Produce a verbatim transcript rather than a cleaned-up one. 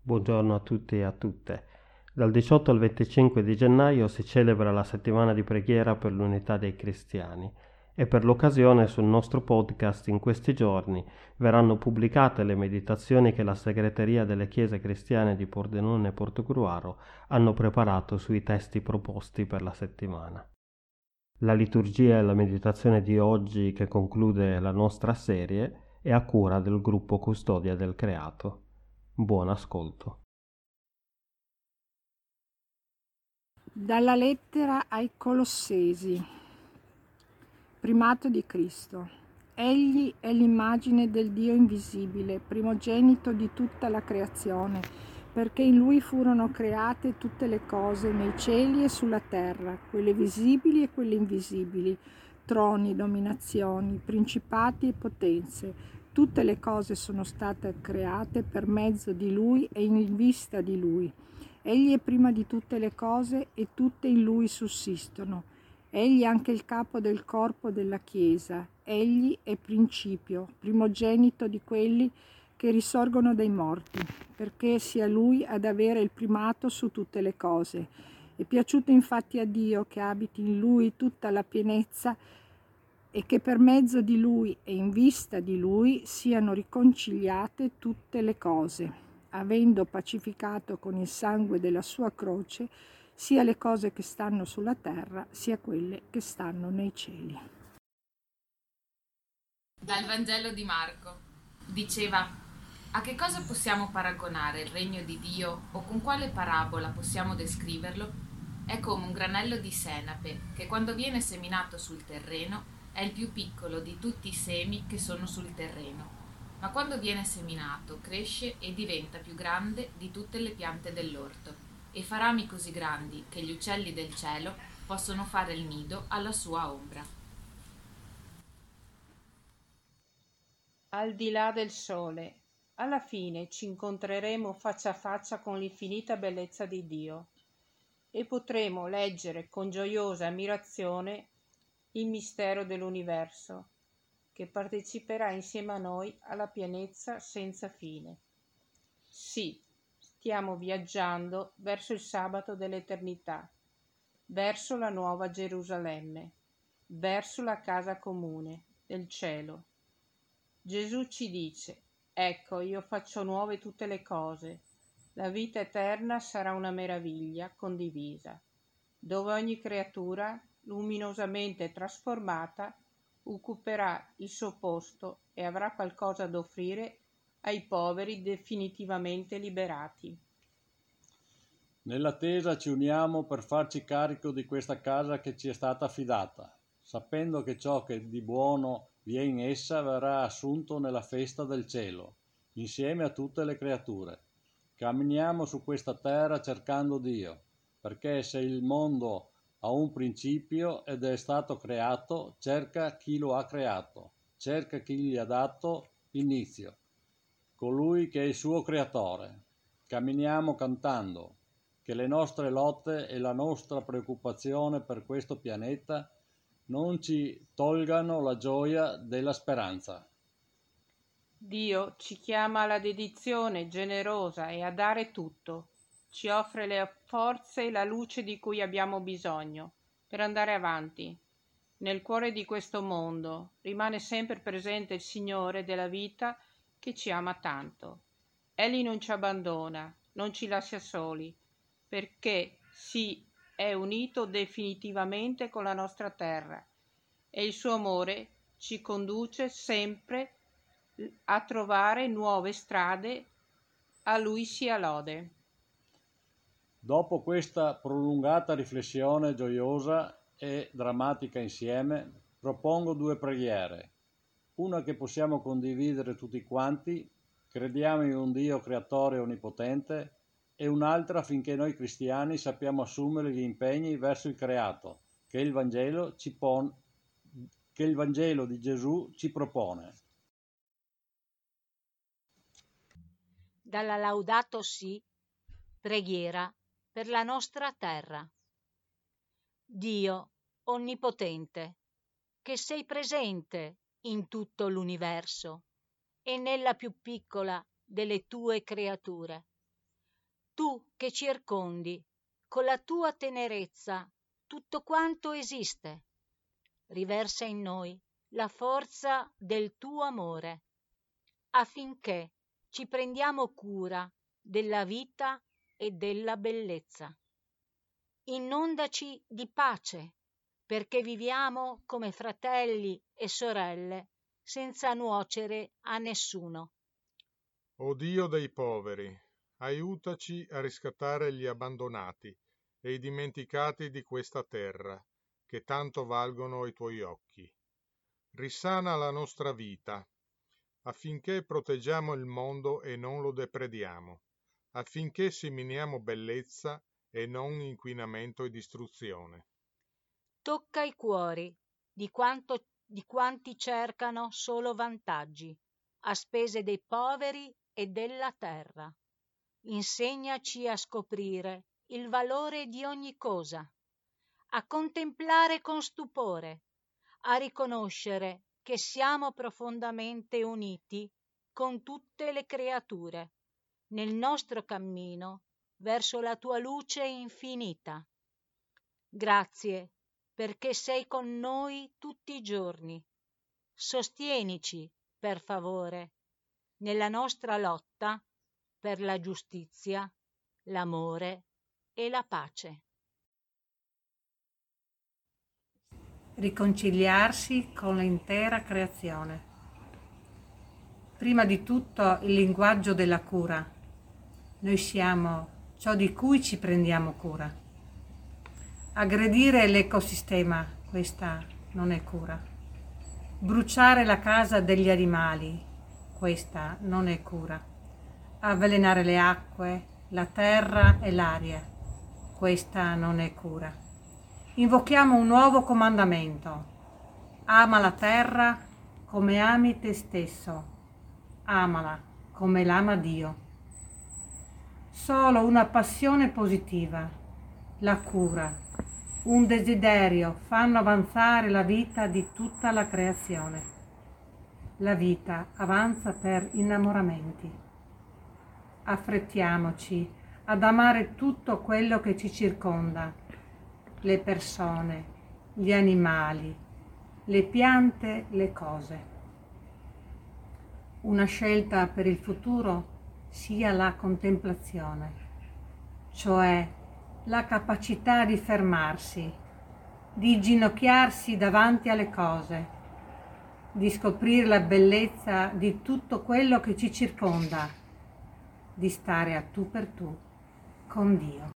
Buongiorno a tutti e a tutte. Dal diciotto al venticinque di gennaio si celebra la settimana di preghiera per l'unità dei cristiani e per l'occasione sul nostro podcast in questi giorni verranno pubblicate le meditazioni che la segreteria delle chiese cristiane di Pordenone e Portogruaro hanno preparato sui testi proposti per la settimana. La liturgia e la meditazione di oggi, che conclude la nostra serie, è a cura del gruppo Custodia del Creato. Buon ascolto. Dalla lettera ai Colossesi. Primato di Cristo. Egli è l'immagine del Dio invisibile, primogenito di tutta la creazione, perché in Lui furono create tutte le cose nei cieli e sulla terra, quelle visibili e quelle invisibili, troni, dominazioni, principati e potenze. Tutte le cose sono state create per mezzo di Lui e in vista di Lui. Egli è prima di tutte le cose e tutte in Lui sussistono. Egli è anche il capo del corpo della Chiesa. Egli è principio, primogenito di quelli che risorgono dai morti, perché sia Lui ad avere il primato su tutte le cose. È piaciuto infatti a Dio che abiti in Lui tutta la pienezza e che per mezzo di Lui e in vista di Lui siano riconciliate tutte le cose, avendo pacificato con il sangue della sua croce sia le cose che stanno sulla terra, sia quelle che stanno nei cieli. Dal Vangelo di Marco. Diceva: a che cosa possiamo paragonare il regno di Dio o con quale parabola possiamo descriverlo? È come un granello di senape che quando viene seminato sul terreno è il più piccolo di tutti i semi che sono sul terreno, ma quando viene seminato cresce e diventa più grande di tutte le piante dell'orto e fa rami così grandi che gli uccelli del cielo possono fare il nido alla sua ombra. Al di là del sole, alla fine ci incontreremo faccia a faccia con l'infinita bellezza di Dio e potremo leggere con gioiosa ammirazione il mistero dell'universo, che parteciperà insieme a noi alla pienezza senza fine. Sì, stiamo viaggiando verso il sabato dell'eternità, verso la nuova Gerusalemme, verso la casa comune del cielo. Gesù ci dice: ecco, io faccio nuove tutte le cose. La vita eterna sarà una meraviglia condivisa, dove ogni creatura, luminosamente trasformata, occuperà il suo posto e avrà qualcosa da offrire ai poveri definitivamente liberati. Nell'attesa ci uniamo per farci carico di questa casa che ci è stata affidata, sapendo che ciò che di buono vi è in essa verrà assunto nella festa del cielo, insieme a tutte le creature. Camminiamo su questa terra cercando Dio, perché se il mondo ha un principio ed è stato creato, cerca chi lo ha creato, cerca chi gli ha dato inizio, colui che è il suo creatore. Camminiamo cantando che le nostre lotte e la nostra preoccupazione per questo pianeta non ci tolgano la gioia della speranza. Dio ci chiama alla dedizione generosa e a dare tutto. Ci offre le forze e la luce di cui abbiamo bisogno per andare avanti. Nel cuore di questo mondo rimane sempre presente il Signore della vita che ci ama tanto. Egli non ci abbandona, non ci lascia soli, perché si è unito definitivamente con la nostra terra e il suo amore ci conduce sempre a trovare nuove strade. A lui sia lode. Dopo questa prolungata riflessione gioiosa e drammatica insieme, propongo due preghiere. Una che possiamo condividere tutti quanti, crediamo in un Dio creatore onnipotente, e un'altra affinché noi cristiani sappiamo assumere gli impegni verso il creato, che il Vangelo, ci pon- che il Vangelo di Gesù ci propone. Dalla Laudato Si, preghiera per la nostra terra. Dio onnipotente, che sei presente in tutto l'universo e nella più piccola delle tue creature, tu che circondi con la tua tenerezza tutto quanto esiste, riversa in noi la forza del tuo amore, affinché ci prendiamo cura della vita e della bellezza. Inondaci di pace, perché viviamo come fratelli e sorelle, senza nuocere a nessuno. O Dio dei poveri, aiutaci a riscattare gli abbandonati e i dimenticati di questa terra, che tanto valgono ai tuoi occhi. Risana la nostra vita, affinché proteggiamo il mondo e non lo deprediamo, affinché seminiamo bellezza e non inquinamento e distruzione. Tocca i cuori di, quanto, di quanti cercano solo vantaggi, a spese dei poveri e della terra. Insegnaci a scoprire il valore di ogni cosa, a contemplare con stupore, a riconoscere che siamo profondamente uniti con tutte le creature nel nostro cammino verso la tua luce infinita. Grazie perché sei con noi tutti i giorni. Sostienici, per favore, nella nostra lotta per la giustizia, l'amore e la pace. Riconciliarsi con l'intera creazione. Prima di tutto il linguaggio della cura. Noi siamo ciò di cui ci prendiamo cura. Aggredire l'ecosistema, questa non è cura. Bruciare la casa degli animali, questa non è cura. Avvelenare le acque, la terra e l'aria, questa non è cura. Invochiamo un nuovo comandamento. Ama la terra come ami te stesso. Amala come l'ama Dio. Solo una passione positiva, la cura, un desiderio fanno avanzare la vita di tutta la creazione. La vita avanza per innamoramenti. Affrettiamoci ad amare tutto quello che ci circonda, le persone, gli animali, le piante, le cose. Una scelta per il futuro sia la contemplazione, cioè la capacità di fermarsi, di ginocchiarsi davanti alle cose, di scoprire la bellezza di tutto quello che ci circonda, di stare a tu per tu con Dio.